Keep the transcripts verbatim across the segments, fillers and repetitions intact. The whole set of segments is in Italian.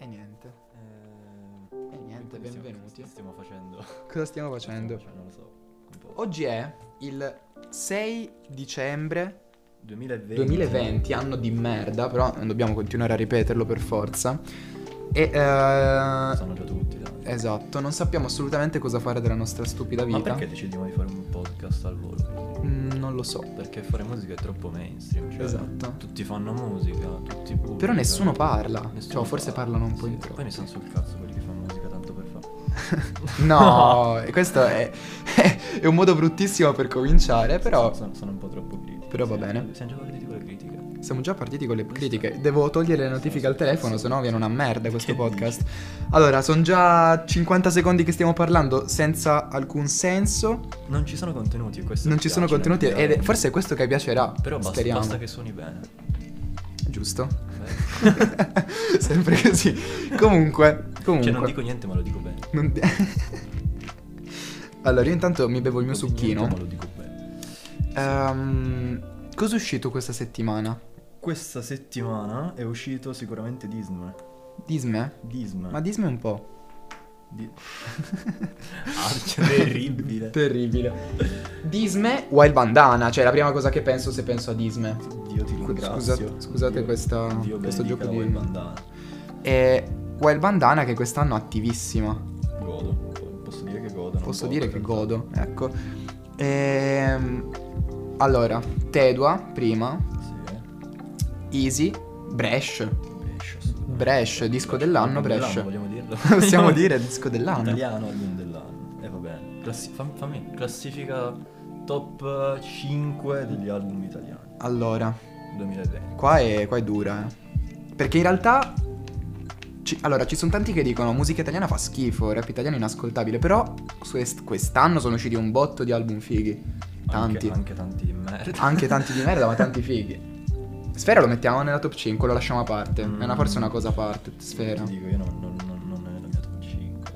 E niente. Eh, E niente, quindi benvenuti. Stiamo, stiamo facendo. Cosa stiamo facendo? Stiamo facendo, non lo so. Un po'. Oggi è il sei dicembre duemilaventi. duemilaventi, anno di merda, però non dobbiamo continuare a ripeterlo per forza. E eh, Sanno già tutti, dai. esatto, non sappiamo assolutamente cosa fare della nostra stupida vita. Ma perché decidiamo di fare un podcast al volo? Mm, non lo so. Perché fare musica è troppo mainstream. Cioè, Esatto. Tutti fanno musica, tutti pubblicano. Però nessuno parla. Nessuno Cioè, forse parla, parlano un po' sì. in troppo. Poi mi stanno sul cazzo quelli che fanno musica tanto per fare. No, questo è, è un modo bruttissimo per cominciare, però Sono, sono un po' troppo critici. Però va Sì, bene. Siamo già partiti con le critiche. siamo già partiti con le critiche. Devo togliere le notifiche al telefono, sennò viene una merda questo Che podcast. dici? Allora, sono già cinquanta secondi che stiamo parlando senza alcun senso. Non ci sono contenuti e questo Non mi ci sono piace, contenuti nel ed è, video. forse è questo che piacerà. Però basta, Speriamo. basta che suoni bene. Giusto? Eh. Sempre così. Comunque, comunque. Cioè non dico niente ma lo dico bene. Non di- Allora, io intanto mi bevo il mio Non dico succhino. niente, ma lo dico bene. Ehm, cosa è uscito questa settimana? Questa settimana è uscito sicuramente Disney. Disney? Disney. Ma Disney un po'. Di... Arcia, terribile. Terribile. Disney Wild Bandana, cioè la prima cosa che penso se penso a Disney. Dio ti ringrazio. Scusa- scusate Dio- questa- Dio questo benedica gioco la di- Wild Bandana. E Wild Bandana che quest'anno è attivissima. Godo. Posso dire che godo. non Posso poco, dire in che realtà. godo, ecco. Ehm, allora, Tedua prima, Sì. Easy, Bresh. Brescia, assolutamente. Bresh, disco dell'anno, Album Bresh. dell'anno, vogliamo dirlo? Possiamo dire disco dell'anno. Italiano, album dell'anno. E eh, va bene. Classi- fam- fammi classifica top cinque degli album italiani. Allora, duemilaventi. qua è, qua è dura, eh. Perché in realtà ci- allora, ci sono tanti che dicono musica italiana fa schifo, rap italiano inascoltabile. Però quest- quest'anno sono usciti un botto di album fighi. Tanti. Anche, anche tanti di merda. Anche tanti di merda, ma tanti fighi. Sfera lo mettiamo nella top cinque, lo lasciamo a parte. Mm. È una, forse una cosa a parte, Sfera. Ti dico, io non, non, non, non è la mia top cinque.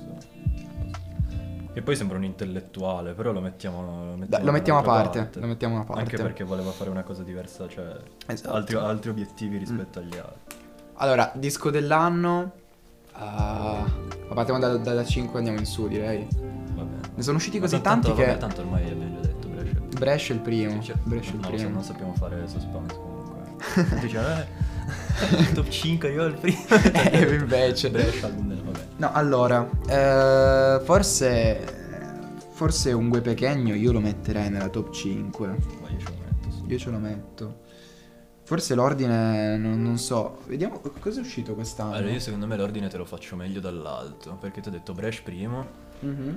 E poi sembra un intellettuale, però lo mettiamo, lo mettiamo, Dai, lo mettiamo a dall'altra parte, lo mettiamo a parte. Anche perché voleva fare una cosa diversa, cioè Esatto. altri, altri obiettivi rispetto agli altri. Allora, disco dell'anno. ah, partiamo da- dalla cinque, andiamo in su, direi. Va bene. Ne sono usciti Ma così tanto- tanti vabbè, che. tanto ormai abbiamo già detto Brescia. Brescia è il primo. Cioè, Brescia è il no, primo. non sappiamo fare suspense comunque. Dice, eh, top cinque io il primo. Eh, invece. Brescia, album del... vabbè. No, allora. eh, forse. Forse un Gue Pechegno io lo metterei nella top cinque. Ma io ce lo metto su. Io ce lo metto. Forse l'ordine. Non, non so. Vediamo cosa è uscito quest'anno. Allora io secondo me l'ordine te lo faccio meglio dall'alto, perché ti ho detto Brescia primo. Mhm.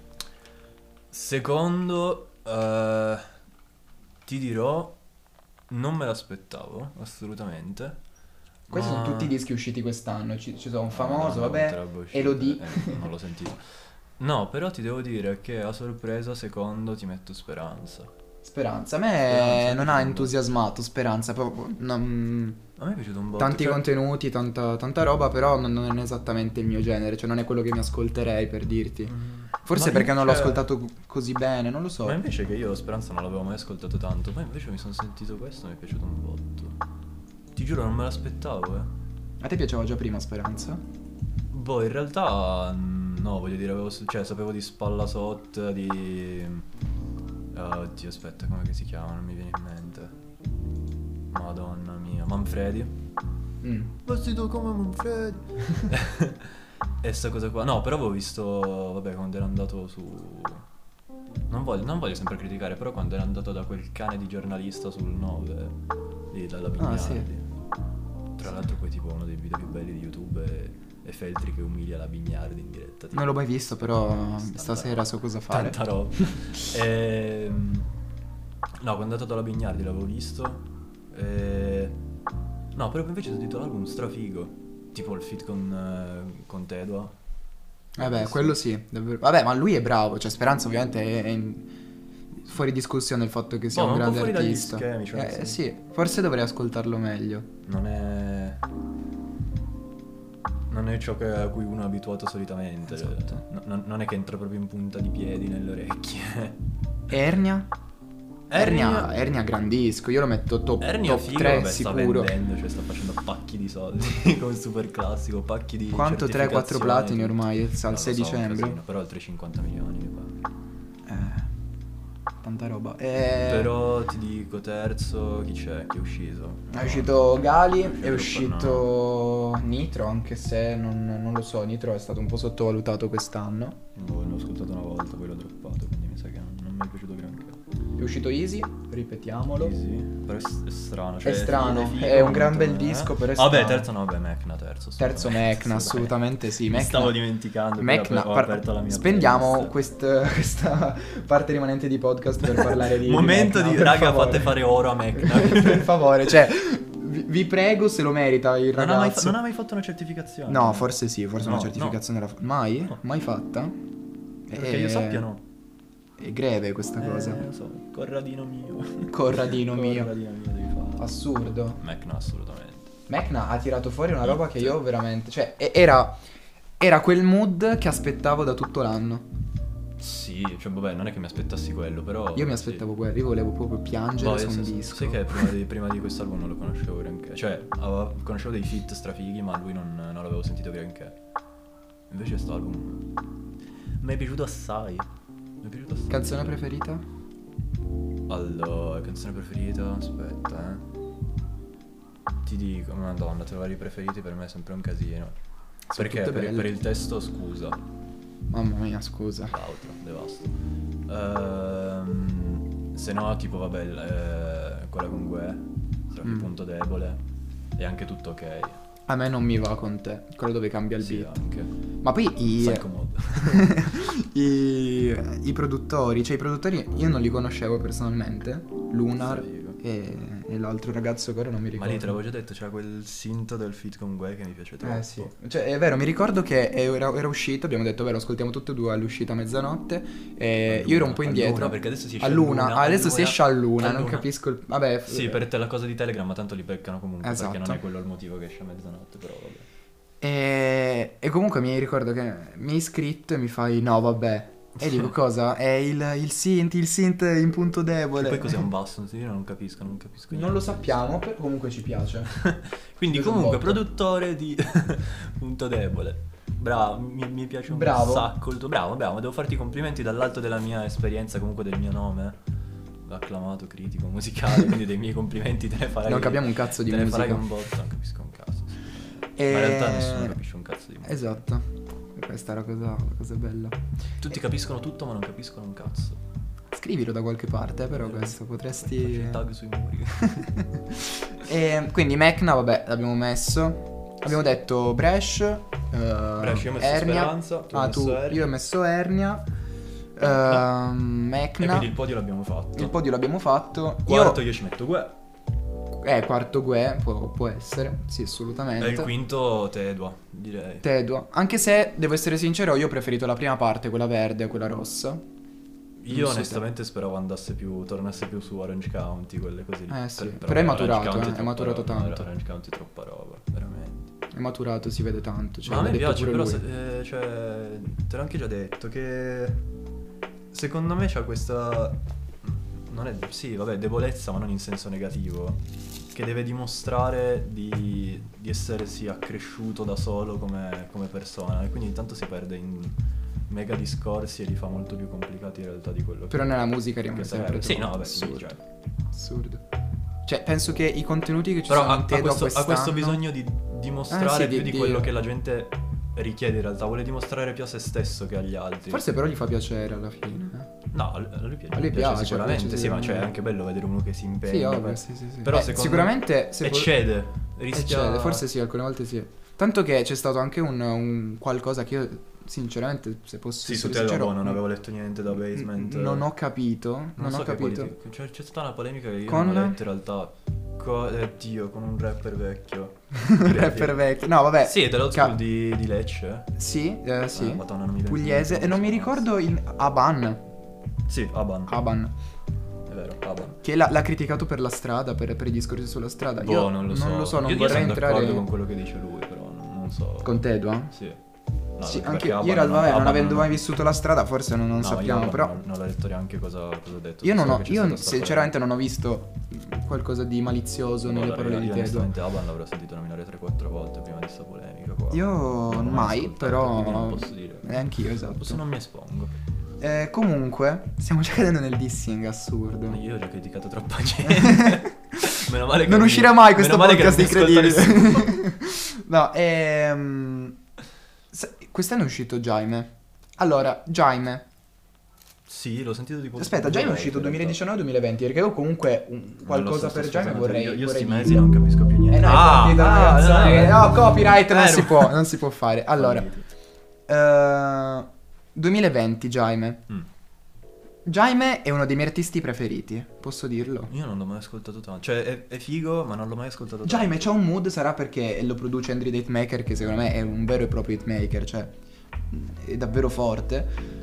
Secondo, eh, ti dirò, non me l'aspettavo, assolutamente. Questi ma- sono tutti i dischi usciti quest'anno. Ci, ci sono un No, famoso, no, vabbè. Trabbo è uscito, Elodie. eh, non l'ho sentito. No, però ti devo dire che a sorpresa, secondo, ti metto Speranza. Speranza. A me Speranza, non ha secondo. entusiasmato. Speranza, proprio. non- A me è piaciuto un po'. tanti contenuti, tanta, tanta roba, però non, non è esattamente il mio genere. Cioè, non è quello che mi ascolterei, per dirti. Forse perché non l'ho ascoltato co- così bene, non lo so. Ma invece che io Speranza non l'avevo mai ascoltato tanto, poi invece mi sono sentito questo e mi è piaciuto un botto. Ti giuro, non me l'aspettavo, eh. A te piaceva già prima Speranza? Boh, in realtà mm, no, voglio dire, avevo, cioè sapevo di Spalla Sot, di... Oddio, aspetta, come che si chiama? Non mi viene in mente. Madonna mia, Manfredi. Mm. Vestito come Manfredi. E sta cosa qua. No, però avevo visto, vabbè, quando era andato su... Non voglio, non voglio sempre criticare, però quando era andato da quel cane di giornalista sul nove, lì dalla Bignardi. Ah, sì. Tra l'altro poi tipo uno dei video più belli di YouTube è, è Feltri che umilia la Bignardi in diretta. tipo. Non l'ho mai visto, però Tanta stasera roba. so cosa fare. Tanta roba. Ehm, No, quando è andato dalla Bignardi l'avevo visto. E... No, però invece ho sentito l'album strafigo. Tipo il feat con, eh, con Tedua. Vabbè, quello sì, davvero. Vabbè, ma lui è bravo, cioè Speranza ovviamente è, è in- fuori discussione il fatto che sia Boh, un ma un grande po' fuori dagli artista. schemi, cioè, nel eh senso- sì, forse dovrei ascoltarlo meglio. Non è... Non è ciò che- a cui uno è abituato solitamente. Esatto. No- non- non è che entra proprio in punta di piedi nelle orecchie. Ernia? Ernia, Ernia grandisco, io lo metto top, Ernia top figo, tre vabbè, sta sicuro. vendendo, cioè sta facendo pacchi di di soldi, come super classico, pacchi di Quanto tre quattro certificazioni, platini tutto. ormai al Non lo sei so, un dicembre? casino, però altri cinquanta milioni mi pare. Eh, tanta roba. Eh, Però ti dico, terzo, chi c'è? Chi è uscito? È uscito Gali, È è uscito uscito Nitro, anche se non, non lo so, Nitro è stato un po' sottovalutato quest'anno. Boh, l'ho ascoltato una volta, poi l'ho droppato, quindi mi sa che non, non mi è piaciuto granché. È uscito Easy, ripetiamolo. Sì, però è, è strano. Cioè È strano, figo, è un gran molto, bel disco, però è Vabbè, strano. terzo no, vabbè, Mecna terzo. Terzo Mecna, assolutamente sì. Mi Mecna. stavo dimenticando, poi Mecna, ho par- aperto la mia spendiamo playlist. quest- questa parte rimanente di podcast per parlare di Momento di, di, Mecna, per raga, favore. fate fare oro a Mecna. Per favore, cioè vi, vi prego, se lo merita il Non ha, mai, fa- ragazzo. non ha mai fatto una certificazione? No, forse sì, forse No, una certificazione l'ha fa- Mai? No. Mai fatta? Perché Eh, io sappia no. È greve questa cosa. Eh, lo so, Corradino mio. Corradino mio. Corradino mio devi fare. Assurdo. Mecna assolutamente. Mecna ha tirato fuori una Hit. roba che io veramente... Cioè, e- era... Era quel mood che aspettavo da tutto l'anno. Sì, cioè vabbè, non è che mi aspettassi quello, però... Io mi sì. aspettavo quello, io volevo proprio piangere Boh, su io un sai- disco. Sai che prima di, prima di quest'album non lo conoscevo granché. Cioè, aveva- conoscevo dei feat strafighi, ma lui non, non l'avevo sentito granché. Invece quest'album mi è piaciuto assai. Mi è piaciuto assai. Canzone preferita? Allora, canzone preferita? Aspetta, eh. Ti dico, madonna, trovare i preferiti per me è sempre un casino. Sono Perché? tutte Per, belle. per il testo, scusa. Mamma mia, scusa. L'altro, devasto. Ehm, se no, tipo, vabbè, il- eh, quella con Gue, sarà Mm. il punto debole. E anche tutto ok. A me non mi va con te, quello dove cambia il Sì, beat. anche. Ma poi i, Psycho Mode. i, i produttori, cioè i produttori io non li conoscevo personalmente. Lunar Figo. e, e l'altro ragazzo che ora non mi Ma ricordo. lì te l'avevo già detto, c'era quel sinto del feat con Gue che mi piace troppo. Eh sì, cioè è vero, mi ricordo che era, era uscito, abbiamo detto, beh, lo ascoltiamo tutti e due all'uscita a mezzanotte e A io ero un po' luna, a indietro. luna, perché adesso si esce a a luna, luna, ah, a adesso si luna, esce a luna, a non luna. capisco il... Vabbè, Sì, per te la cosa di Telegram, ma tanto li beccano comunque, perché non Esatto. è quello il motivo che esce a mezzanotte, però vabbè. E, e comunque mi ricordo che mi hai iscritto e mi fai no vabbè. E dico cosa? È il, il synth, il synth in punto E debole. poi cos'è un basso? Io non capisco, non capisco niente. Non lo sappiamo, però comunque ci piace. Quindi Preso un comunque botto. produttore di punto debole. Bravo, mi, mi piace un Bravo. sacco il tuo. Bravo, bravo, devo farti i complimenti dall'alto della mia esperienza, comunque del mio nome. Acclamato, critico, musicale, quindi dei miei complimenti te ne farai. Non capiamo un cazzo di te ne musica. farai un botto, non capisco un cazzo. Sì. E- Ma in realtà nessuno capisce un cazzo di musica. Esatto. Questa è la cosa, la cosa bella. Tutti capiscono tutto ma non capiscono un cazzo. Scrivilo da qualche parte, però questo Faccio potresti... il tag sui muri. E quindi Mecna, vabbè, l'abbiamo messo. Abbiamo detto Bresh, eh, Bresh, io ho messo Ernia. Speranza, tu hai ah, messo tu, Ernia. io ho messo Ernia. E ehm, quindi Mecna. il podio l'abbiamo fatto. Il podio l'abbiamo fatto. Quarto Io, io ci metto Gue. eh, quarto Gue, può, può essere, sì, assolutamente. E il quinto Tedua, direi. Tedua. Anche se, devo essere sincero, io ho preferito la prima parte, quella verde, quella rossa. Io Non so onestamente speravo andasse più, tornasse più su Orange County, quelle così. Eh sì, Per- però è Orange maturato, County eh, è troppa maturato roba, tanto. Orange County è troppa roba, veramente. È maturato, si vede tanto. Cioè, Ma a me l'ha detto piace, pure però, lui. se- eh, cioè, te l'ho anche già detto, che secondo me c'ha questa... Non è... Sì, vabbè, debolezza, ma non in senso negativo. Che deve dimostrare di, di essersi accresciuto da solo come, come persona. E quindi intanto si perde in mega discorsi e li fa molto più complicati in realtà di quello che... Però nella musica rimane che sempre sarebbe. Sì, troppo no, vabbè, sì, assurdo. cioè. Assurdo. Cioè, penso che i contenuti che ci Però sono ha, in ha Tedua questo, ha questo quest'anno- bisogno di dimostrare Eh, sì, più di- di, di- quello che la gente richiede in realtà. Vuole dimostrare più a se stesso che agli altri. Forse però gli fa piacere alla fine. eh. No, a a lui piace, A lui piace, sicuramente, piace sì, ma cioè è sicuramente. anche bello vedere uno che si impegna. Sì, ovvio, per- sì, sì, sì. Però Eh, secondo sicuramente me se vo- eccede, rischia... eccede, forse sì, alcune volte sì. Tanto che c'è stato anche un, un qualcosa che io, sinceramente, se posso Sì, su essere te sincero, non avevo letto niente da Basement. n- non ho capito, non, Non ho so che capito. politica- Cioè, c'è stata una polemica che io Con- non ho letto in realtà. Co- eh, Dio, con un rapper vecchio. Un rapper vecchio. No, vabbè. Sì, è dell'old Ca- school di, di Lecce. Sì, eh, sì. Eh, madonna, non mi viene Pugliese. in mente E non mi come si ricordo il Aban. Sì, Aban. Aban. È vero, Aban. Che l'ha, l'ha criticato per la strada, per, per i discorsi sulla strada. Boh, io non lo so. Non lo so, non io, io vorrei sono entrare d'accordo con quello che dice lui, però non, non so. con Tedua. Sì. No, Sì, perché anche io Aban in realtà, non- vabbè, non Aban avendo mai vissuto la strada, forse non, non no, io sappiamo, Aban però non, non ho letto neanche cosa, cosa ha detto. io non so ho, che c'è io stata sta sinceramente non ho visto qualcosa di malizioso nelle Guarda, parole io, di io Tedua. onestamente Aban l'avrò sentito nominare tre quattro volte prima di sta polemica qua. Io Non l'ho mai, ascoltato, però quindi non posso dire. eh, anch'io, esatto. Forse non mi espongo. Eh, comunque, stiamo già cadendo nel dissing assurdo. Io ho già criticato troppa gente. Meno male che Non mi- uscirà mai questo meno male che podcast non mi ascolta incredibile. nessuno. No, ehm... sa- quest'anno è uscito Jaime. Allora, Jaime. Sì, l'ho sentito tipo. Aspetta, Jaime è uscito duemiladiciannove duemilaventi, perché io comunque un- qualcosa per Jaime vorrei... Io, io vorrei sti dirlo. mesi non capisco più niente. Eh no, è partita una ah, canzone che- no, no, copyright non Eh, si no. può, non si può fare. Allora, Falliti. eh, duemilaventi Jaime. Mm. Jaime è uno dei miei artisti preferiti, posso dirlo. Io non l'ho mai ascoltato tanto. Cioè, è, è figo, ma non l'ho mai ascoltato tanto. Jaime c'ha un mood, sarà perché lo produce Andrew the Hitmaker, che secondo me è un vero e proprio hitmaker, cioè è davvero forte.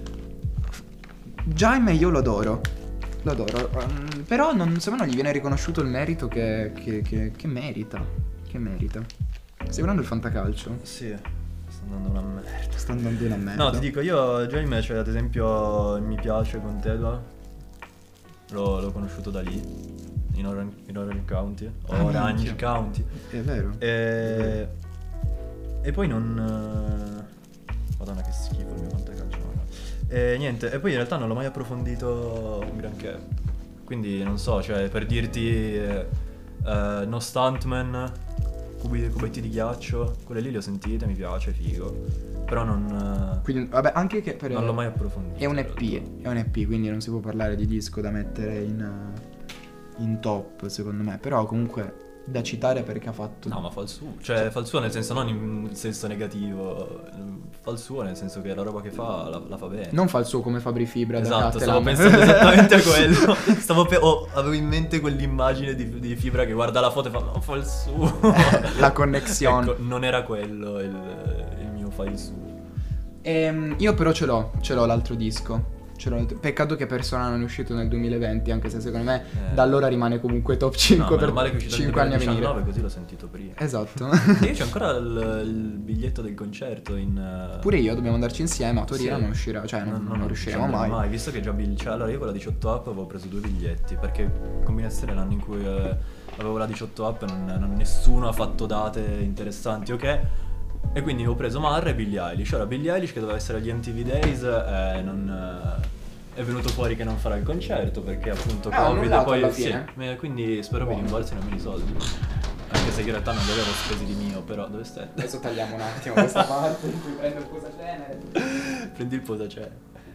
Jaime io lo adoro, lo adoro, um, però non, secondo me non gli viene riconosciuto il merito che, che, che, che merita, che merita. Stai guardando il fantacalcio? Sì, sta andando una merda. Sta andando una merda. No, ti dico, io Jaime, cioè, ad esempio, mi piace con Tedua. L'ho, l'ho conosciuto da lì, in Orange, in Orange County. Ah, Orange minchia. County. È vero. E, e poi non... Madonna che schifo il mio fantacalcio. Madonna. E niente, e poi in realtà non l'ho mai approfondito un granché. Quindi non so, cioè per dirti eh, eh, No Stuntman, cubi, cubetti di ghiaccio, quelle lì le ho sentite, mi piace, figo. Però non, eh, Quindi, vabbè, anche che per... non l'ho mai approfondito. È un in E P, realtà. è un E P, quindi non si può parlare di disco da mettere in, uh, in top, secondo me. Però comunque da citare perché ha fatto... No, ma fa il suo. Cioè, fa il suo nel senso non in senso negativo. Fa il suo nel senso che la roba che fa la, la fa bene. Non fa il suo come Fabri Fibra da Esatto, stavo Catalan. pensando esattamente a quello. Stavo pe- oh, avevo in mente quell'immagine di, di Fibra che guarda la foto e fa no, fa il suo. La connessione. Ecco, non era quello il, il mio fa il suo. Ehm, io però ce l'ho, ce l'ho l'altro disco. Ce l'ho l'altro- Peccato che Persona non è uscito nel duemilaventi, anche se secondo me Eh. da allora rimane comunque top No, cinque meno per male che è uscito nel cinque anni a venire. duemiladiciannove, così l'ho sentito prima. Esatto. E io c'ho ancora il, il biglietto del concerto in... eh, Pure io, dobbiamo andarci insieme, a Torino Sì. non uscirà, cioè non, non riusciremo ci andremo mai. Visto che già Bill, cioè, allora io con la diciotto app avevo preso due biglietti, perché combinazione l'anno in cui eh, avevo la diciotto app non, non- nessuno ha fatto date interessanti, ok? E quindi ho preso Marra e Billie Eilish. Ora Billie Eilish che doveva essere agli M T V Days eh, non, eh, è venuto fuori che non farà il concerto perché appunto Ah, Covid e annullato poi alla sì, fine? eh, quindi spero mi Buono. rimborsino almeno i soldi. Anche se io in realtà non li avevo spesi di mio, però dove stai? Adesso tagliamo un attimo questa parte in cui prendo il posacenere. Prendi il posacene.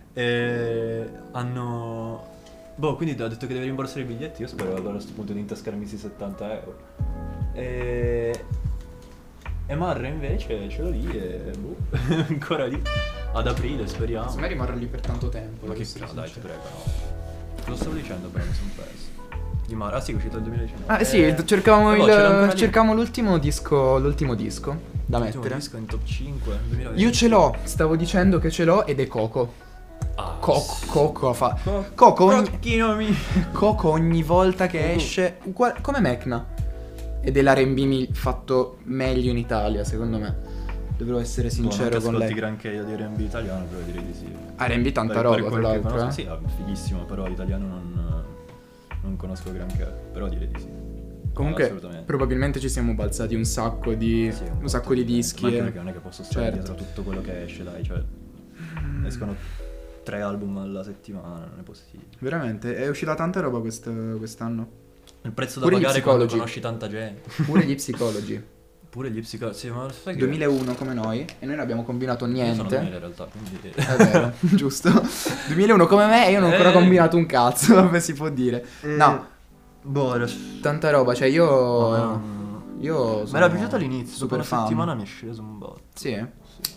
E hanno... Boh, quindi ha detto che deve rimborsare i biglietti. Io spero allora a questo punto di intascarmi questi settanta euro. E... E Marra invece ce l'ho lì e... Boh, ancora lì. Ad aprile speriamo. Secondo me rimarrà lì per tanto tempo. Ma devo che essere no, dai, ti sincero. prego, no. Te lo stavo dicendo però mi sono perso. Di Marra... Ah sì, è uscito nel duemiladiciannove. Ah sì, Eh, cercavamo, eh, il, boh, c'era ancora lì. cercavamo l'ultimo disco, l'ultimo disco da L'ultimo mettere. disco in top cinque duemilaventi. Io ce l'ho, stavo dicendo che ce l'ho ed è Coco. Ah, Coco, sì. Coco fa... Co- Coco ogni, Crocchino mio. Coco ogni volta che Coco. esce, uguale- come Mecna. Ed è l'R and B mi- fatto meglio in Italia, secondo me. Dovrò essere sincero con lei. Non granché io di R and B italiano, però direi di sì. R and B tanta Per- roba, per tra quel che l'altro, conosco, eh. Sì, è fighissimo, però italiano non, non conosco granché, però direi di sì. Comunque, Assolutamente. probabilmente ci siamo balzati un sacco di, Sì, un sacco di dischi. Ma anche eh. perché non è che posso stare Certo. dietro a tutto quello che esce, dai, cioè escono tre album alla settimana, non è possibile. Veramente, è uscita tanta roba quest- quest'anno. Il prezzo da Pure gli pagare quando psicologi. conosci tanta gente. Pure gli Psicologi. Pure gli psicologi, sì, ma sai che duemilauno come noi, e noi non abbiamo combinato io sono niente. duemila in realtà, quindi È vero, giusto. duemilauno come me e io non ho ancora Eh. combinato un cazzo, come si può dire. No, boh, era... tanta roba, cioè io... Ma- Io Mi sono era piaciuto all'inizio, dopo super una fan. settimana mi è sceso un botto. Sì, eh?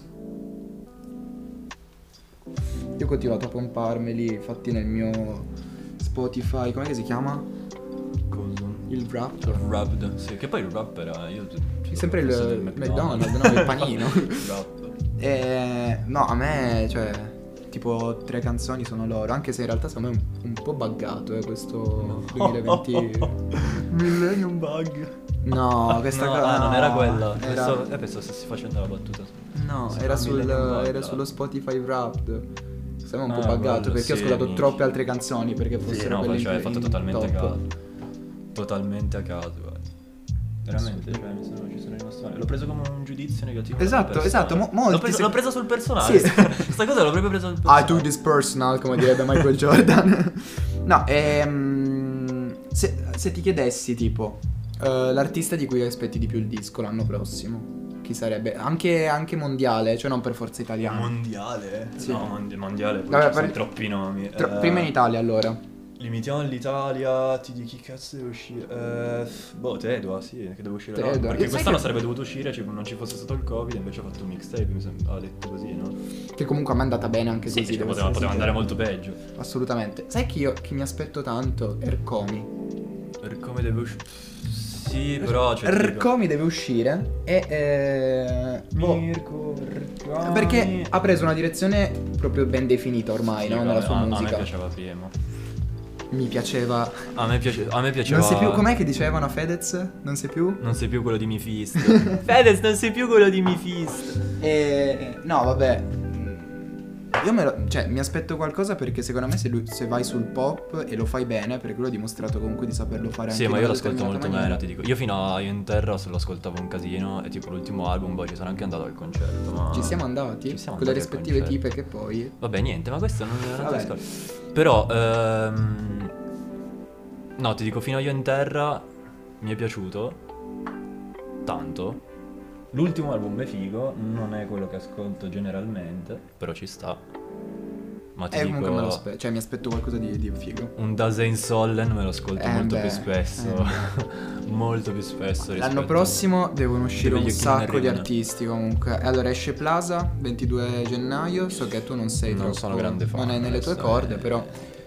Io ho continuato a pomparmeli, infatti nel mio Spotify, com'è che si chiama? Cosa? Il rap. Il Rubbed, sì, che poi il rap era... Io, È sempre il penso del McDonald's, no? Il panino. Il rap. Eh, no, a me, cioè, tipo tre canzoni sono loro, anche se in realtà secondo me è un, un po' buggato, eh, questo duemilaventi. Millennium Bug. No, questa no, cosa ah, non era quella. Era... Pensavo, eh, pensavo stessi facendo la battuta. No, Si era, fa sul, Millennium Bug, era là. sullo Spotify Wrapped. Sembra un po' Ah, buggato quello, perché ho sì, ascoltato minchia. troppe altre canzoni perché Sì, fossero no, quelle cioè hai in- fatto in totalmente top. caso. totalmente a caso, guarda. Veramente, cioè, mi sono, ci sono rimasto male. L'ho preso come un giudizio negativo. Esatto, esatto, mo- molti l'ho, preso, se- l'ho preso sul personale. Sì. Questa cosa l'ho proprio presa sul personale. I took this personal, come direbbe Michael Jordan. No, ehm, se, se ti chiedessi tipo eh, l'artista di cui aspetti di più il disco l'anno prossimo, chi sarebbe? Anche, anche mondiale, cioè non per forza italiano. Mondiale? Sì. No, mondi- mondiale, poi Vabbè, ci sono per- troppi nomi. Tro- Eh, Prima in Italia allora. Limitiamo all'Italia, ti dico chi cazzo deve uscire? Eh, boh, Tedua, sì, che deve uscire. Tedua. No, perché Sai quest'anno che- sarebbe dovuto uscire, ci- non ci fosse stato il Covid, invece ha fatto un mixtape, mi sembra, ha detto così, no? Che comunque a me è andata bene anche Sì, così. cioè, devo poteva, essere poteva andare sincero. molto peggio. Assolutamente. Sai chi io chi mi aspetto tanto? Ercomi. Per come deve uscire? Sì, però cioè, ti dico- Ercomi deve uscire e eh, boh, Mirko, Ercomi. perché ha preso una direzione proprio ben definita ormai, Sì, no? a- Nella sua a, musica. A me piaceva prima. Mi piaceva. A me, piace, a me piaceva. Non sei più. Com'è che dicevano a Fedez? Non sei più? Non sei più quello di Mephisto. Fedez, non sei più quello di Mephisto. E. No, vabbè. Io me lo. Cioè, mi aspetto qualcosa perché secondo me se, lui, se vai sul pop e lo fai bene, perché lui ha dimostrato comunque di saperlo fare Sì, anche ma in io una l'ascolto determinata molto maniera. meno, ti dico. Io fino a Io in Terra se lo ascoltavo un casino e tipo l'ultimo album, poi ci sono anche andato al concerto, ma... Ci siamo andati Ci siamo con le andati al rispettive concerto. tipe che poi. Vabbè, niente, ma questo non è un altro Vabbè. discorso. Però, ehm... no, ti dico, fino a Io in Terra mi è piaciuto tanto. L'ultimo album è figo, non è quello che ascolto generalmente, però ci sta. Ma ti Eh, dico... comunque me lo aspetto. Cioè, mi aspetto qualcosa di, di figo. Un Dasein Sollen me lo ascolto Eh, molto beh, più spesso. eh, molto più spesso rispetto... L'anno prossimo devono uscire Dove un gli occhi non sacco di arrivano. artisti comunque. E allora esce Plaza, ventidue gennaio. So che tu non sei Non troppo. sono grande fan, Non è nelle tue adesso, corde, eh. però.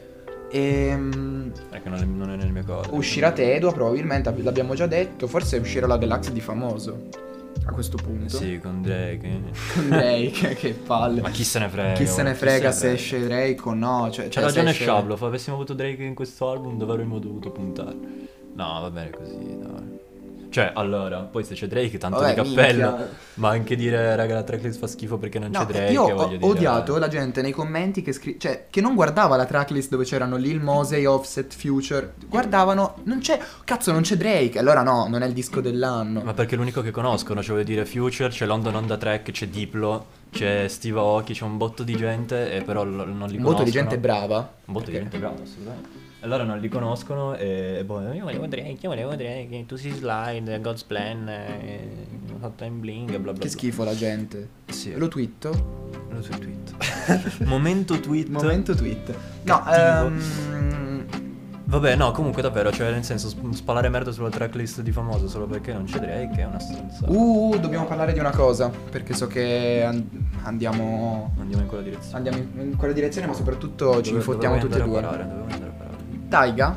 Ehm, È che non è, non è nel mio corde. uscirà Tedua probabilmente, ab- l'abbiamo già detto. Forse uscirà la deluxe di Famoso. A questo punto. Sì, con Drake. Con Drake, che palle. Ma chi se ne frega? Chi se ne chi frega se esce Drake o no. Cioè, C'ha cioè, ragione se esce- Shablo, avessimo avuto Drake in questo album dove avremmo dovuto puntare. No, va bene così, dai. Cioè, allora, poi se c'è Drake tanto Vabbè, di cappello. minchia. Ma anche dire, raga, la tracklist fa schifo perché non No, c'è Drake, io ho voglio dire. odiato la gente nei commenti che scri- cioè che non guardava la tracklist dove c'erano Lil Mosey, Offset, Future. Guardavano, non c'è, cazzo, non c'è Drake. Allora no, non è il disco dell'anno. Ma perché è l'unico che conoscono, cioè voglio dire Future, c'è London on the Track, c'è Diplo, c'è Steve Aoki, c'è un botto di gente e però l- non li conoscono. Un botto di gente brava. Un botto di Perché- gente brava, assolutamente. Allora non li conoscono e, e boh, io volevo Drake, io volevo Drake, tu si slide, God's Plan, eh, Hot Time Bling e bla bla Che bla. schifo la gente. Sì, Lo twitto. lo sui tweet. Momento tweet. Momento tweet. No, Cattivo. ehm, Vabbè, no, comunque davvero, cioè nel senso sp- spalare merda sulla tracklist di Famoso solo perché non c'è Drake è una stronzata. uh, dobbiamo parlare di una cosa. Perché so che an- andiamo. Andiamo in quella direzione. Andiamo in, in quella direzione, ma soprattutto ci Dove- infottiamo dovevo tutti e andare due. a parare, dovevo andare a parare. Taiga?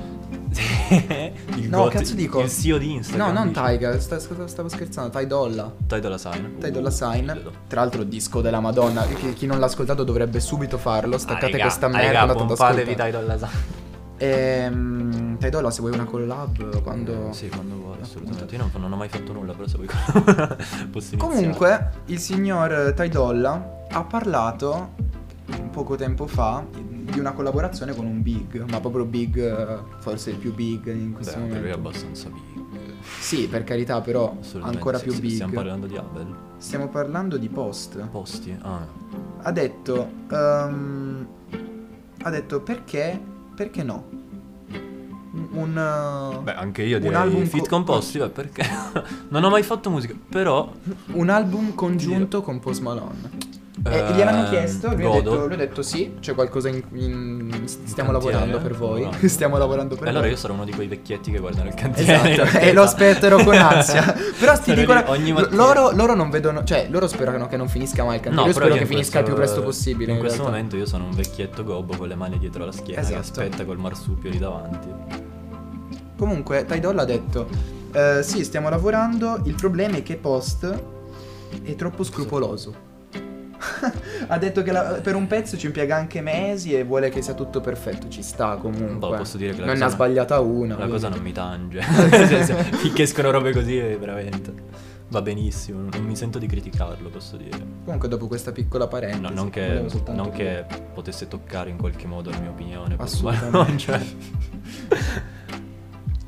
il No, got- cazzo dico. Il C E O di No, Instagram. non dici? Taiga, sta- sta- stavo scherzando, Ty Dolla. Ty Dolla Sign. Ty Dolla Sign. Figlio. Tra l'altro disco della Madonna, chi, chi non l'ha ascoltato dovrebbe subito farlo. Staccate Ah, raga, questa ah, merda, raga, andate ad pompatevi ascoltare. Ty Dolla Sign. Ehm, Ty Dolla, se vuoi una collab, quando... Sì, quando vuoi, Appunto. assolutamente. Io non, non ho mai fatto nulla, però se vuoi posso iniziare. Comunque, il signor Ty Dolla ha parlato un poco tempo fa di una collaborazione con un big, ma proprio big, eh, forse il più big in questo Beh, anche lui è momento. abbastanza big. Sì, per carità, però Assolutamente, ancora sì, più sì, big. Stiamo parlando di Abel. Stiamo parlando di Post. Posti. Ah. Ha detto ehm, ha detto perché perché no un, un, Beh, anche io un direi album fit co- con Posti, beh, perché non ho mai fatto musica, però un album congiunto con Post Malone. E, Ehm, e gliel'hanno chiesto, lui ha, godo. detto, lui ha detto sì, c'è qualcosa in, in- stiamo cantiere, lavorando per voi, lavorando. stiamo lavorando per E allora voi. io sarò uno di quei vecchietti che guardano il cantiere. Esatto, e lo aspetterò con ansia. Però ti Sarò dico, lì ogni mattina. loro, loro non vedono, cioè loro sperano che non finisca mai il cantiere. Io però spero io che in finisca il più questo- presto possibile. In, In, questo realtà. momento io sono un vecchietto gobbo con le mani dietro la schiena che Esatto. aspetta col marsupio lì davanti. Comunque, Ty Dolla ha detto: eh, sì, stiamo lavorando. Il problema è che Post è troppo scrupoloso. Ha detto che la- per un pezzo ci impiega anche mesi e vuole che sia tutto perfetto. Ci sta comunque. Boh, posso dire che la non cosa ne ha non- sbagliata una. La quindi- cosa non mi tange. Nel senso, finché escono robe così, eh, veramente. Va benissimo, non mi sento di criticarlo, posso dire. Comunque, dopo questa piccola parentesi, No, non che, volevo soltanto non dire- che potesse toccare in qualche modo la mia opinione. Assolutamente. Ma no, cioè.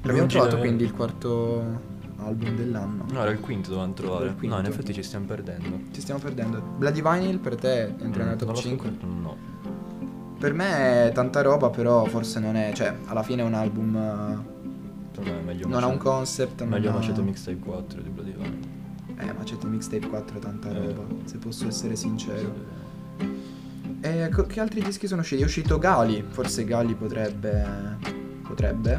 L'abbiamo Lungi trovato da- quindi il quarto album dell'anno. No, era il quinto dovevamo trovare. Era il quinto. No, in effetti ci stiamo perdendo. Ci stiamo perdendo. Bloody Vinyl per te entra nella Mm, top non l'ho cinque? scoperto, no. Per me è tanta roba, però forse non è, cioè alla fine è un album eh, Per me è meglio non ha un Maceto- concept, non Meglio ha... Maceto Mixtape quattro di Bloody Vinyl. Eh, Maceto Mixtape quattro è tanta Eh. roba, se posso essere sincero. E co- che altri dischi sono usciti? È uscito Gali, forse Gali potrebbe potrebbe.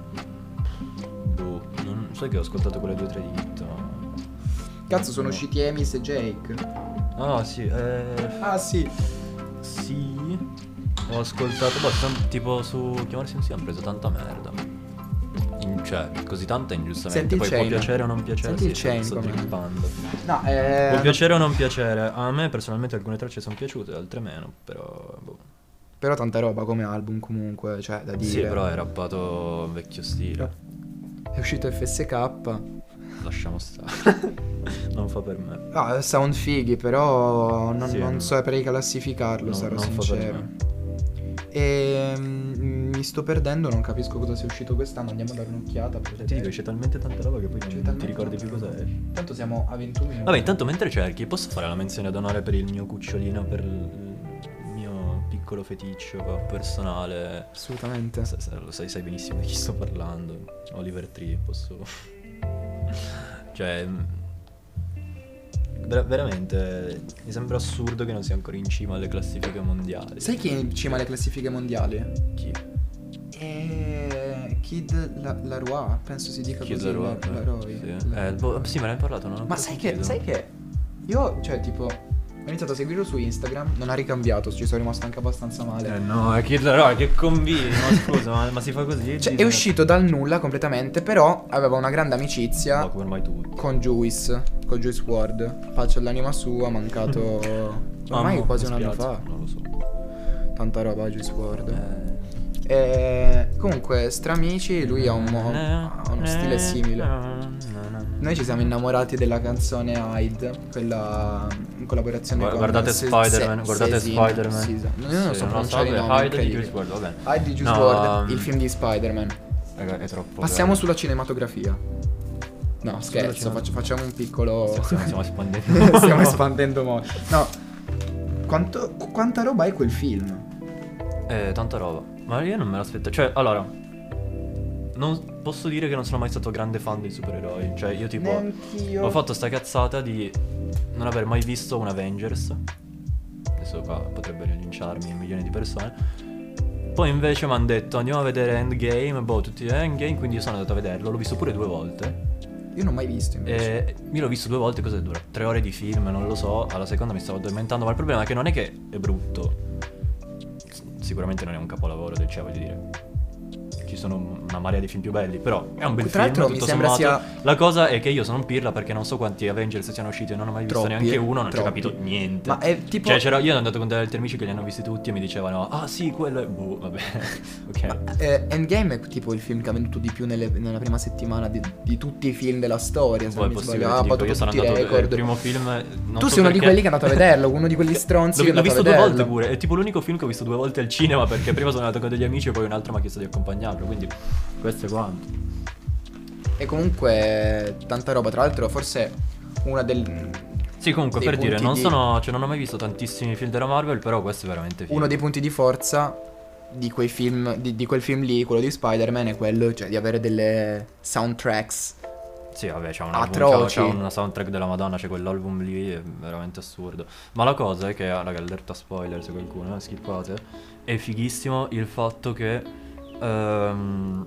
Boh, non sai che ho ascoltato quelle due o tre di hit. ma- Cazzo, sono No. usciti Emis e Jake. Ah, sì, eh. Ah, sì. Sì. Ho ascoltato. Boh, son- tipo su Chiamarsi insieme hanno preso tanta merda. In- cioè, così tanta ingiustamente. Senti il Poi può chain. piacere o non piacere. Senti sì, il chain sto com'è. trippando. No, eh Può piacere o non piacere. A me personalmente alcune tracce sono piaciute, altre meno. Però. Boh. però tanta roba come album comunque, cioè da dire. Sì, però è rappato vecchio stile. È uscito F S K. Lasciamo stare. Non fa per me. Ah, sound fighi, però non, Sì, non no. saprei classificarlo, No, sarò non fa per sincero. me. E mm, mi sto perdendo, non capisco cosa sia uscito quest'anno, andiamo a dare un'occhiata. per Ti dico, vedere. c'è talmente tanta roba che poi C'è non ti talmente ricordi più tanta cosa roba. è. Tanto siamo a ventuno minuti. Vabbè, intanto mentre cerchi, posso fare la menzione ad onore per il mio cucciolino, per il mio piccolo feticcio personale. Assolutamente. Sai, sai- lo sai, sai benissimo di chi sto parlando. Oliver Tree, posso. Cioè. mh, ver- veramente. Mi sembra assurdo che non sia ancora in cima alle classifiche mondiali. Sai chi è in cima alle classifiche mondiali? Chi? È Kid La- Laroi, penso si dica Kid così. Laroi, La- Laroi. sì. La- Eh, boh, sì, me ne hai parlato, non ho Ma ancora sai che, sentito. sai che io, cioè, tipo, ho iniziato a seguirlo su Instagram, non ha ricambiato, ci sono rimasto anche abbastanza male. Eh no, è Kid Laroi, che combini, ma scusa, ma, ma si fa così? Cioè, Di- è uscito dal nulla completamente, però aveva una grande Ma amicizia come ormai tutti. con Juice, con Juice world. Pace all'anima sua, mancato ormai Ah, quasi mi un anno spiace, fa. Non lo so. Tanta roba Juice world. Eh. E comunque, Stramici, lui ha, un mo- ha uno stile simile. Noi ci siamo innamorati della canzone Hyde, quella in collaborazione Gua- con Guardate Se- Spider-Man, Se- guardate Sesin, Spider-Man. sì, esatto. Io non Sì, so lo pronunciare i vabbè, nomi, Hyde di incredibile. Juice world, va bene. Hyde di Juice No, world, um, il film di Spider-Man. Raga, è troppo. Passiamo bello. sulla cinematografia. No, scherzo, cinema- faccia- facciamo un piccolo... Sì, stiamo, stiamo espandendo. Stiamo espandendo mo'. No, quanto, qu- quanta roba è quel film? Eh, tanta roba. Ma io non me l'aspetto. Cioè, allora. Non posso dire che non sono mai stato grande fan dei supereroi. Cioè, io tipo. Neanch'io. Ho fatto sta cazzata di non aver mai visto un Avengers. Adesso qua potrebbero linciarmi milioni di persone. Poi invece mi hanno detto andiamo a vedere Endgame. Boh, tutti eh, Endgame. Quindi io sono andato a vederlo. L'ho visto pure due volte. Io non ho mai visto invece. E io l'ho visto due volte. Cosa dura? Tre ore di film, non lo so. Alla seconda mi stavo addormentando. Ma il problema è che non è che è brutto. S- Sicuramente non è un capolavoro del cioè, voglio dire. Ci sono una marea di film più belli, però è un bel Tra film. l'altro mi tutto sembra sommato. sia- La cosa è che io sono un pirla perché non so quanti Avengers siano usciti e non ho mai visto Troppi, neanche uno, non ci ho troppi. capito niente. Ma è tipo... Cioè, c'era, io ero andato con degli altri amici che li hanno visti tutti e mi dicevano, ah sì, quello è. Boh, vabbè. Ok. Eh, Endgame è tipo il film che ha venduto di più nelle- nella prima settimana di, di tutti i film della storia. Se Poi non è mi possibile, sbaglio, ha ti dico, battuto io sono tutti i andato. Il record. primo film. non Tu so sei uno di perché- quelli che è andato a vederlo, uno di quegli stronzi che L'ho, è l'ho andato visto a due vederlo. volte pure. È tipo l'unico film che ho visto due volte al cinema perché prima sono andato con degli amici e poi un altro mi ha chiesto di accompagnarlo. Quindi questo è quanto. E comunque tanta roba, tra l'altro forse una del... Sì, comunque dei per dire, punti non di- sono. Cioè, non ho mai visto tantissimi film della Marvel, però questo è veramente figo. uno dei punti di forza di quei film, di, di quel film lì, quello di Spider-Man, è quello, cioè di avere delle soundtracks. Sì, vabbè, c'è un album, Atroci. c'è una soundtrack della Madonna, c'è quell'album lì, è veramente assurdo. Ma la cosa è che, ah, raga, allerta spoiler se qualcuno, eh, skippate, è fighissimo il fatto che ehm,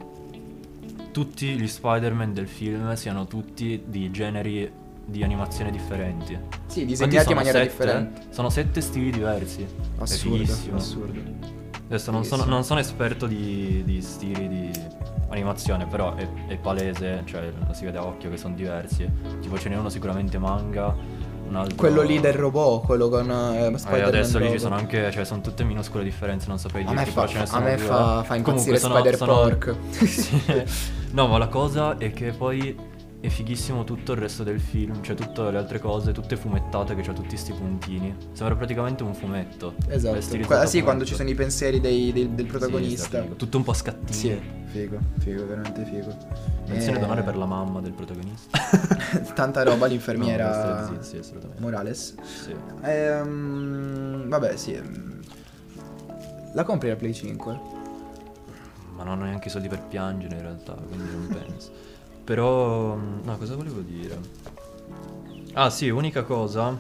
tutti gli Spider-Man del film siano tutti di generi di animazione differenti. Sì, Quanti disegnati in sono? maniera Sette? differente. Sono sette stili diversi. è Assurdo, fighissimo. assurdo. Adesso non sono, Fighissimo. non sono esperto di, di stili di animazione, però è, è palese, cioè lo si vede a occhio che sono diversi. Tipo ce n'è uno sicuramente manga, un altro... Quello lì del robot, quello con eh, Eh, Spider-Man adesso lì ci robot. sono anche, cioè sono tutte minuscole differenze, non saprei A dirti, me fa, però ce ne a sono me due. fa, fa Comunque impazzire sono- Spider sono- Pork. Sì. No, ma la cosa è che poi è fighissimo tutto il resto del film, cioè tutte le altre cose, tutte fumettate che c'ha tutti sti puntini. Sembra praticamente un fumetto. Esatto. stilizzato Qua- a sì, quando fumetto. ci sono i pensieri dei- del, del Sì, protagonista. sta figo. Tutto un po' scattino. Sì, figo, figo, veramente figo. Menzione Eh, d'onore per la mamma del protagonista. Tanta roba, No, l'infermiera sì, sì, assolutamente. Morales. Sì. Ehm, vabbè, sì. ehm, La compri la Play cinque? Ma non ho neanche i soldi per piangere in realtà, quindi non penso. Però, no, cosa volevo dire? Ah sì, unica cosa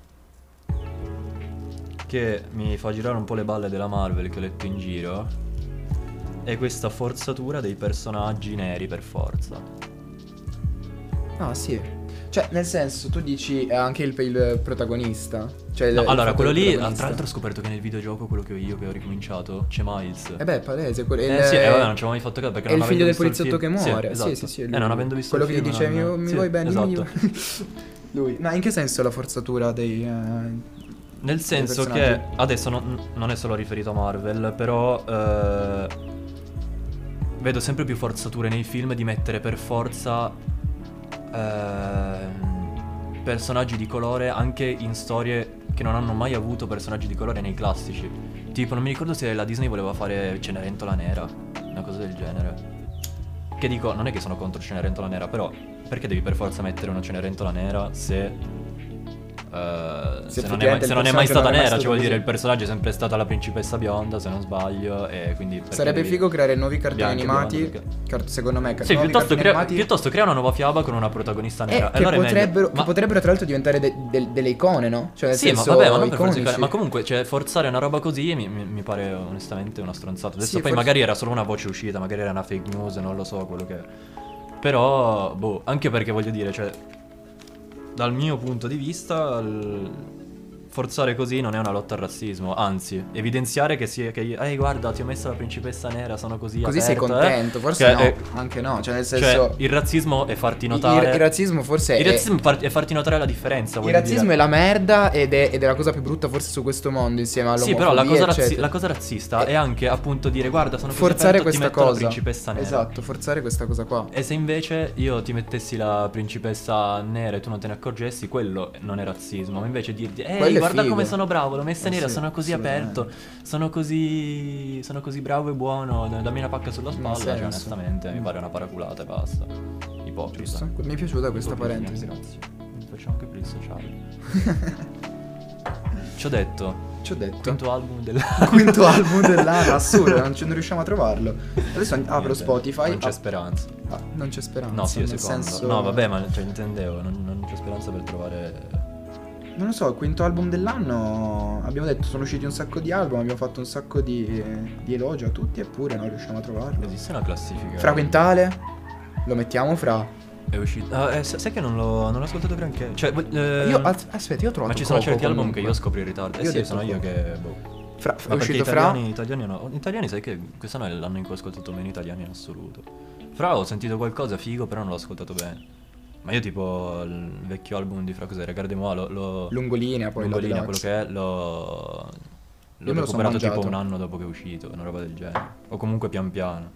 che mi fa girare un po' le balle della Marvel che ho letto in giro è questa forzatura dei personaggi neri per forza. Ah, sì. Cioè, nel senso, tu dici è anche il, il protagonista? Cioè, il- No, il allora, fatto quello del lì, ah, protagonista. tra l'altro ho scoperto che nel videogioco, quello che ho io, che ho ricominciato, c'è Miles. Eh beh, è palese. quello- Eh il- sì, eh, vabbè, non ci avevo mai fatto caso perché È non il avendo figlio del visto il poliziotto che film- muore. Sì, Sì, esatto. sì, sì. Eh, lui. non avendo visto Quello il che gli film, dice non- mi, mi sì, vuoi bene? esatto. Lui. Ma in che senso la forzatura dei... eh, Nel senso che personaggi. adesso non, non è solo riferito a Marvel, però eh, vedo sempre più forzature nei film di mettere per forza ehm, personaggi di colore anche in storie che non hanno mai avuto personaggi di colore nei classici. Tipo, non mi ricordo se la Disney voleva fare Cenerentola Nera, una cosa del genere. Che dico, non è che sono contro Cenerentola Nera, però perché devi per forza mettere una Cenerentola Nera se... eh, Se se, non è mai, effettivamente se il non è mai personaggio stata non è mai nera, stato cioè vuol dire così. il personaggio è sempre stata la principessa bionda, se non sbaglio, e quindi perché Sarebbe devi- figo creare nuovi cartoni bianche, animati. bionde, perché- Cart- secondo me, car- Sì, nuovi piuttosto cartoni crea, animati. piuttosto crea una nuova fiaba con una protagonista Eh, nera. che E allora è meglio. potrebbero, che Ma- potrebbero tra l'altro diventare de- de- delle icone, no? Cioè, nel Sì, ma senso, vabbè, ma non per forza iconici. di- ma comunque, cioè, forzare una roba così mi, mi- mi pare onestamente una stronzata. Adesso Sì, poi forse- magari era solo una voce uscita, magari era una fake news, non lo so quello che è. Però, boh, anche perché voglio dire, cioè, dal mio punto di vista, il- forzare così non è una lotta al razzismo, anzi, evidenziare che si che ehi, guarda, ti ho messo la principessa nera, sono così Così sei aperta, eh." contento, forse Che no, è- anche no, cioè nel Cioè, senso il razzismo è farti il, notare il razzismo forse il è razzismo far- è farti notare la differenza, il voglio razzismo dire. è la merda ed è, ed è la cosa più brutta forse su questo mondo insieme all'omofobia, Sì, però la cosa, razzi- eccetera. la cosa razzista Eh, è anche appunto dire guarda, sono così forzare aperto, ti questa metto la cosa. principessa nera. Esatto, forzare questa cosa qua. E se invece io ti mettessi la principessa nera e tu non te ne accorgessi, quello non è razzismo, ma invece dirti ehi, Quello è guarda figo. come sono bravo, l'ho messa Eh nera, sì, sono così assolutamente. aperto, sono così sono così bravo e buono, dammi una pacca sulla spalla, cioè senso. onestamente mi Mm. pare una paraculata e basta. Ipocrita. Giusto? Mi è piaciuta questa Ipocrisia, parentesi. Grazie. Facciamo anche per il sociale. Ci ho detto, Ci ho detto. quinto album del Quinto album dell'anno, assurdo, non, ci- non riusciamo a trovarlo. Adesso apro Niente, Spotify. Non c'è ah, speranza. ah, non c'è speranza. No, sì, nel secondo. senso... No, vabbè, ma cioè, intendevo, non, non c'è speranza per trovare. Non lo so, il quinto album dell'anno. Abbiamo detto, sono usciti un sacco di album, abbiamo fatto un sacco di, di elogi a tutti, eppure non riusciamo a trovarlo. Esiste una classifica. Fra quintale? Lo mettiamo fra. È uscito. Ah, eh, sai che non l'ho, non l'ho ascoltato granché. Cioè, eh, Io, as- aspetta, io ho trovato ma ci sono Coco certi album comunque. che io scopro in ritardo. Eh Io ho sì, detto sono io Coco. che. Boh. Fra, Ma è perché uscito italiani, fra. italiani no. Italiani, sai che quest'anno è l'anno in cui ho ascoltato meno italiani in assoluto. Fra ho sentito qualcosa figo, però non l'ho ascoltato bene. Ma io tipo il vecchio album di Fra cos'era? Gardemois lo, lo Lungolinea, poi la Lungolinea, quello deluxe. che è, l'ho, Io l'ho me lo sono recuperato tipo mangiato. un anno dopo che è uscito, una roba del genere. O comunque pian piano.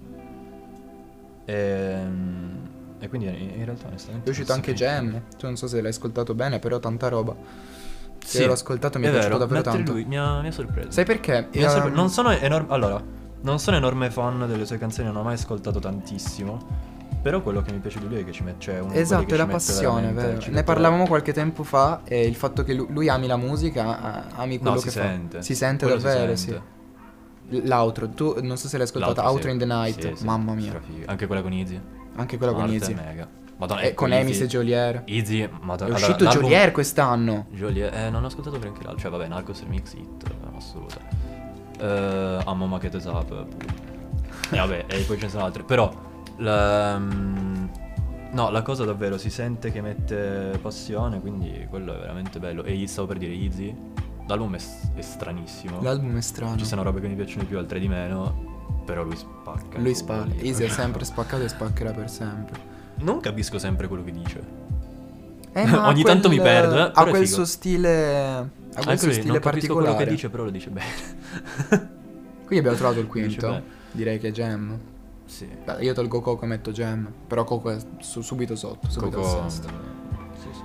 E, e quindi in, in realtà onestamente... È uscito non so anche che- Jam. Tu non so se l'hai ascoltato bene, però tanta roba. Sì, Io l'ho ascoltato, mi è, è piaciuto vero, davvero mentre tanto. lui mi ha, mi ha sorpreso. Sai perché? Mi ha sorpre- Ehm, non sono enorme... Allora, non sono enorme fan delle sue canzoni, non ho mai ascoltato tantissimo. Però quello che mi piace di lui è che ci mette... Cioè, uno di Esatto, quelli è che la ci mette passione, veramente- vero. ci Ne mette- parlavamo qualche tempo fa e il fatto che lu- lui ami la musica, a- ami quello No, che si fa. sente. Si sente Quello si davvero, sente. sì. L'outro, tu non so se l'hai ascoltata, L'altro, Outro sì. in the Night, Sì, sì, mamma sì, mia. strafiga. Anche quella con Easy. Anche quella con Arte Easy. mega. Madonna, E ecco, con Easy- Emis e Jolier. Easy, madonna. È allora, uscito l'album- Jolier quest'anno. Joliet, eh, non ho ascoltato neanche l'altro. Cioè, vabbè, Narcos Remix Hit, eh, assoluta. Eh, Amo Maquette Zap. E vabbè, e poi ce ne sono altre. Però, la, mm, no, la cosa davvero si sente che mette passione, quindi quello è veramente bello. E stavo per dire Easy, l'album è, s- è stranissimo. L'album è strano. Ci sono robe che mi piacciono di più, altre di meno. Però lui spacca. Lui il spacca. culo lì, Easy è proprio. sempre spaccato e spaccherà per sempre. Non capisco sempre quello che dice. Eh, ma ha Ogni tanto mi perdo, eh, Ha però è quel figo. suo stile. Ha quel Anche suo lui, stile non capisco particolare. quello che dice, però lo dice bene. Quindi abbiamo trovato il Dice quinto. bene. Direi che è Jam. Sì. Beh, io tolgo Coco e metto Gem. Però Coco è su- subito sotto, subito Coco. al sesto. Sì, sì.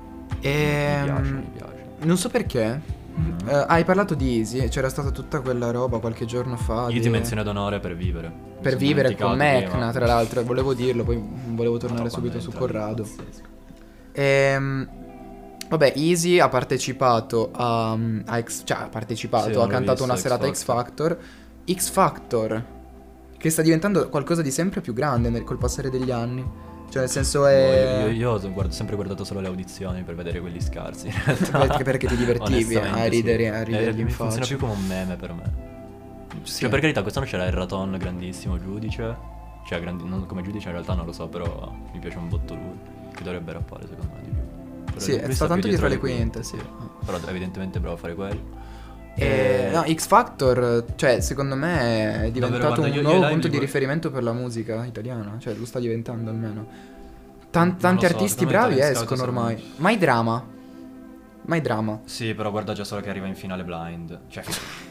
E Mi piace, mi piace. non so perché. Mm. eh, hai parlato di Easy, c'era stata tutta quella roba qualche giorno fa. Io di- ti menzione d'onore per vivere. Mi Per sono vivere con dimenticato Mecna, prima. tra l'altro, volevo dirlo, poi volevo tornare Madonna, subito quando su entra lì, Corrado. pazzesco. Ehm, vabbè, Easy ha partecipato a, a X, cioè ha partecipato, Sì, ha l'ho cantato visto, una X serata X Factor. X Factor, che sta diventando qualcosa di sempre più grande nel, col passare degli anni. Cioè, nel senso è... Boh, Io, io, io guardo- sempre guardato solo le audizioni per vedere quelli scarsi. In realtà. Perché, perché ti divertivi a Onestamente, ridere, sì. a ridergli Eh, in mi funziona faccia. più come un meme per me. Sì. Cioè, per carità, quest'anno c'era il Raton, grandissimo giudice. Cioè, grandi- non come giudice in realtà non lo so, però mi piace un botto lui. Che dovrebbe rappare secondo me di più. Però Sì, lui è sta sta tanto più dietro le quinte, sì. Però evidentemente bravo a fare quello. E, no, X Factor, cioè, secondo me è diventato guarda, un io- io nuovo live punto li di guardo- riferimento per la musica italiana. Cioè, lo sta diventando almeno. Tan- Non tanti lo so, artisti secondo me bravi Talent Scout escono sono- ormai. Mai drama. Mai drama. Sì, però guarda già solo che arriva in finale blind. Cioè,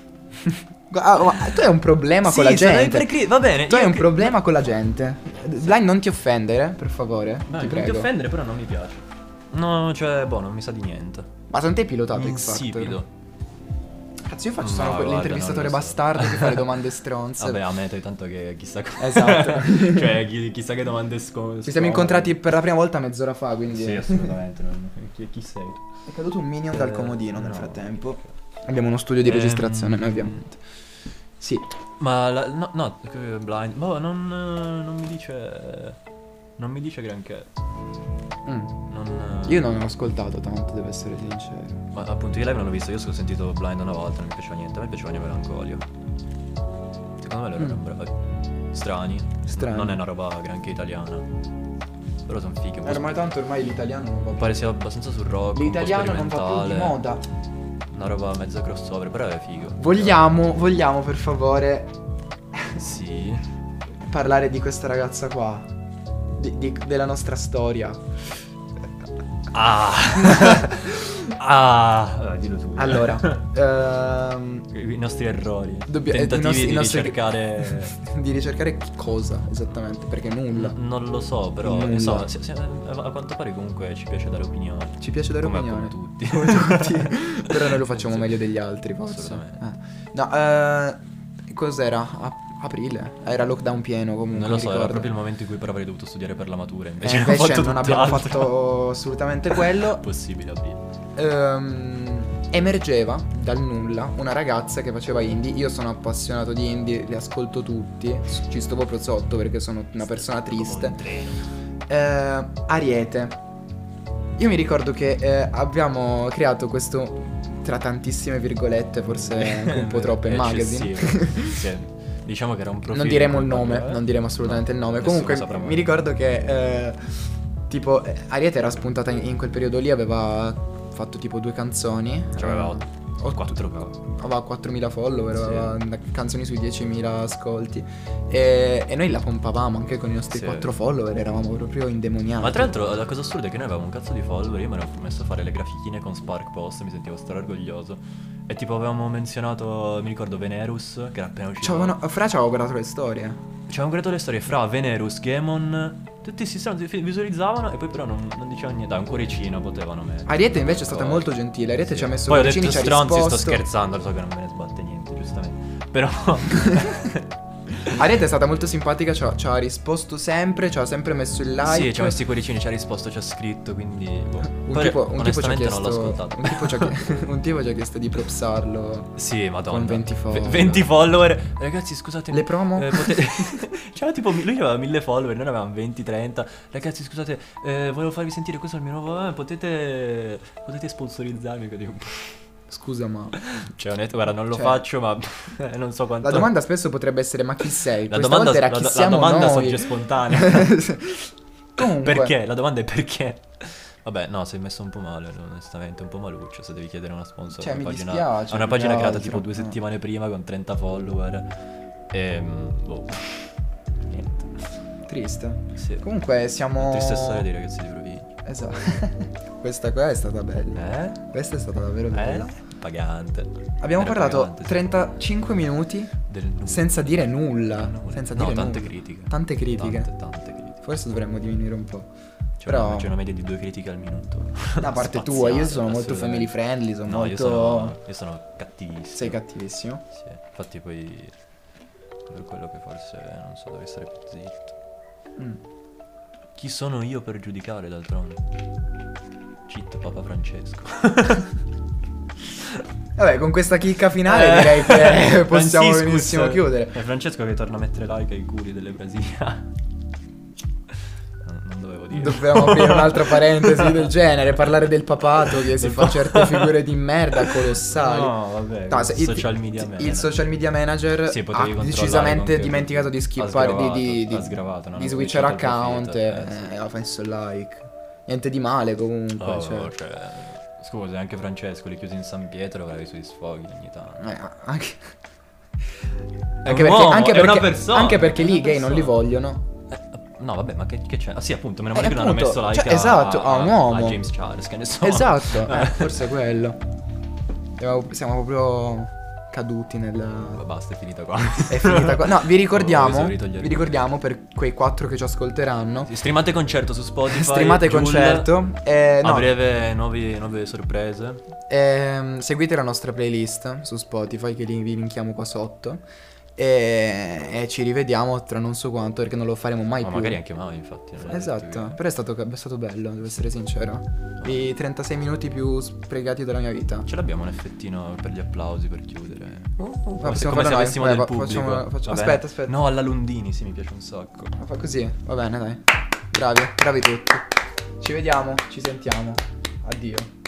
Ah, ma tu hai un problema sì, con la sono gente. ipercri- va bene. Tu hai io un che- problema con la gente. Blind, non ti offendere, per favore. No, ti non prego. ti offendere, però non mi piace. No, cioè, boh, non mi sa di niente. Ma secondo te hai pilotato X Factor? Insipido. Cazzo, io faccio No, sono guarda, quell'intervistatore non lo so. bastardo che fa le domande stronze. Vabbè, a me tanto che chissà cosa. Esatto. Cioè, chi- chissà che domande sco- Ci siamo incontrati per la prima volta mezz'ora fa, quindi... Sì, assolutamente. non- Chi, chi sei? È caduto un minion dal Eh, comodino nel no. frattempo. Abbiamo uno studio di Ehm, registrazione, noi ovviamente. Sì. Ma la- no, no, che blind. Boh, non, non mi dice. Non mi dice granché. Mm. Non, Io non ho ascoltato tanto, devo essere sincero. Ma appunto io live non l'ho visto, io ho sentito blind una volta, non mi piaceva niente, a me piaceva Neo Melancolio. Secondo me loro erano Mm. bravi. Strani. Strani. Non è una roba granché italiana. Però sono fighi. un po' Ormai tanto ormai l'italiano non va più. Pare sia abbastanza sul rock. L'italiano un non po' va più di sperimentale. moda. Una roba mezza crossover, però è figo. Vogliamo, vogliamo per favore Sì. parlare di questa ragazza qua? Di- di- della nostra storia. Ah. ah. Eh, dillo tu. Allora, ehm, I nostri errori. dobbia- eh, Tentativi i nostri- di i nostri- ricercare. di ricercare che cosa esattamente? Perché nulla. N- non lo so, però Nulla. insomma, si- si- a quanto pare comunque ci piace dare opinioni. Ci piace dare Come- opinioni. come tutti. Come tutti. Però noi lo facciamo Sì. meglio degli altri, forse. Assolutamente. Eh. No, eh, cos'era? A- aprile? Era lockdown pieno comunque. Non lo mi so, era ricordo. proprio il momento in cui però avrei dovuto studiare per la matura. Eh, Invece, invece, ho fatto non abbiamo tutt'altro. fatto assolutamente quello. Possibile aprile. Ehm, emergeva dal nulla una ragazza che faceva indie. Io sono appassionato di indie, li ascolto tutti. s- Ci sto proprio sotto perché sono una persona triste. Come un treno. Eh, Ariete. Io mi ricordo che eh, abbiamo creato questo, tra tantissime virgolette, forse anche un po' troppe in magazine. Eccessivo. Sì. Diciamo che era un profilo. Non diremo il in cui nome, parlare. non diremo assolutamente No, il nome. nessuno Comunque saprà mai. mi ricordo che eh, tipo eh, Ariete era spuntata in, in quel periodo lì, aveva fatto tipo due canzoni. Cioè, aveva eh, otto- otto- quattro- aveva quattromila follower, Sì. aveva una- canzoni sui diecimila ascolti. E, e noi la pompavamo anche con i nostri Sì. quattro follower, eravamo proprio indemoniati. Ma tra l'altro la cosa assurda è che noi avevamo un cazzo di follower. Io mi ero messo a fare le grafichine con Spark Post, mi sentivo stra orgoglioso. E tipo avevamo menzionato, mi ricordo Venerus, che era appena uscito. C'avevano, Fra ci avevo guardato le storie. Ci avevamo creato le storie fra Venerus, Gemon. Tutti si stavano- si visualizzavano e poi però non, non dicevano niente. Dai, un cuoricino potevano mettere. Ariete invece è stata Oh. molto gentile. Ariete Sì. ci ha messo Poi ho cuoricini, detto ci ha stronzi, sto risposto. scherzando, lo so che non me ne sbatte niente, giustamente. Però Ariete è stata molto simpatica, ci ha, ci ha risposto sempre, ci ha sempre messo il like. sì, ci ha messo i cuoricini, ci ha risposto, ci ha scritto, quindi boh. Un Poi, tipo, un tipo ci ha onestamente chiesto non l'ho ascoltato. un tipo, ci ha chie- un tipo ci ha chiesto di propsarlo. Sì, madonna. Con venti follower. V- venti follower. Ragazzi, scusate. Le promo? eh, pote- C'era tipo, lui aveva mille follower, noi ne avevamo venti trenta. Ragazzi, scusate, eh, volevo farvi sentire questo è il mio nuovo. eh, potete. Potete sponsorizzarmi. Che dico. Scusa, ma Cioè, ho detto, guarda, non lo Cioè, faccio, ma eh, non so quanto. la domanda spesso potrebbe essere ma chi sei? La Questa domanda, volta era la, chi la siamo domanda noi. sorge spontanea. Comunque, Perché? La domanda è perché? Vabbè, no, sei messo un po' male, onestamente, un po' maluccio se devi chiedere una sponsor Cioè, a una mi pagina, dispiace, a una più pagina che creata altro. tipo due No. settimane prima con trenta follower. E boh. Niente. Triste. Sì. Comunque siamo Triste storia dei ragazzi di provincia. Esatto. Questa qua è stata bella. Eh? Questa è stata davvero bella. Eh? pagante. Abbiamo Era parlato pagante, sì. trentacinque minuti Del nulla. senza dire nulla. Nulla. Senza No, dire tante nulla. critiche. Tante critiche. Tante, tante critiche. Forse dovremmo diminuire un po'. C'è, Però una, c'è una media di due critiche al minuto. da parte Spaziale, tua, io sono molto assolutamente. family friendly, sono No, molto... io sono, io sono cattivissimo. Sei cattivissimo. Sì, infatti poi per quello che forse non so, deve stare più zitto. Mm. Chi sono io per giudicare d'altronde? Cheat Papa Francesco. Vabbè, con questa chicca finale Eh, direi che possiamo Franciscus. benissimo chiudere. È Francesco che torna a mettere like ai culi delle Brasilia. Non, non dovevo dire. Dobbiamo aprire un'altra parentesi del genere, parlare del papato che si Del fa pa- certe figure di merda colossali. No, vabbè. No, se- il, social media il manager. social media manager Sì, ha potevi controllare decisamente con che- dimenticato di ha skippare, di, sgravato, di, di, ha sgravato, non di ha switchare switchato il account profilo, e eh, sì. e aveva messo like. Niente di male comunque. Oh, cioè. cioè, scusa, anche Francesco li chiusi in San Pietro aveva i suoi sfoghi ogni tanto. Eh, anche... È anche un perché, uomo, anche è una perché- persona, anche perché è lì i una gay non li persona. vogliono. Eh, no, vabbè, ma che, che c'è? Ah sì, appunto, meno Eh, male che non hanno appunto, messo like cioè, a, esatto, a un uomo. a James Charles, che ne so. Esatto, eh, forse è quello. Siamo, siamo proprio caduti nel... Basta, è finita qua. È finita qua. No, vi Ho ricordiamo, esaurito gli vi ricordiamo per quei quattro che ci ascolteranno. Sì, streamate concerto su Spotify. Streamate Jul, concerto. Eh, no, A breve nuovi, nuove sorprese. ehm, seguite la nostra playlist su Spotify che li- vi linkiamo qua sotto. E, e ci rivediamo tra non so quanto perché non lo faremo mai Ma più. magari anche mai, infatti. non è detto Esatto, che- però è stato, è stato bello, devo essere sincero. I trentasei minuti più sprecati della mia vita. Ce l'abbiamo un effettino per gli applausi per chiudere. Ma Come se, possiamo come se farlo noi. avessimo Vai, del fa- pubblico. facciamo- facciamo- Va bene? aspetta, aspetta. No, alla Lundini, sì, mi piace un sacco. Fa così, va bene dai. Bravi, bravi tutti. Ci vediamo, ci sentiamo. Addio.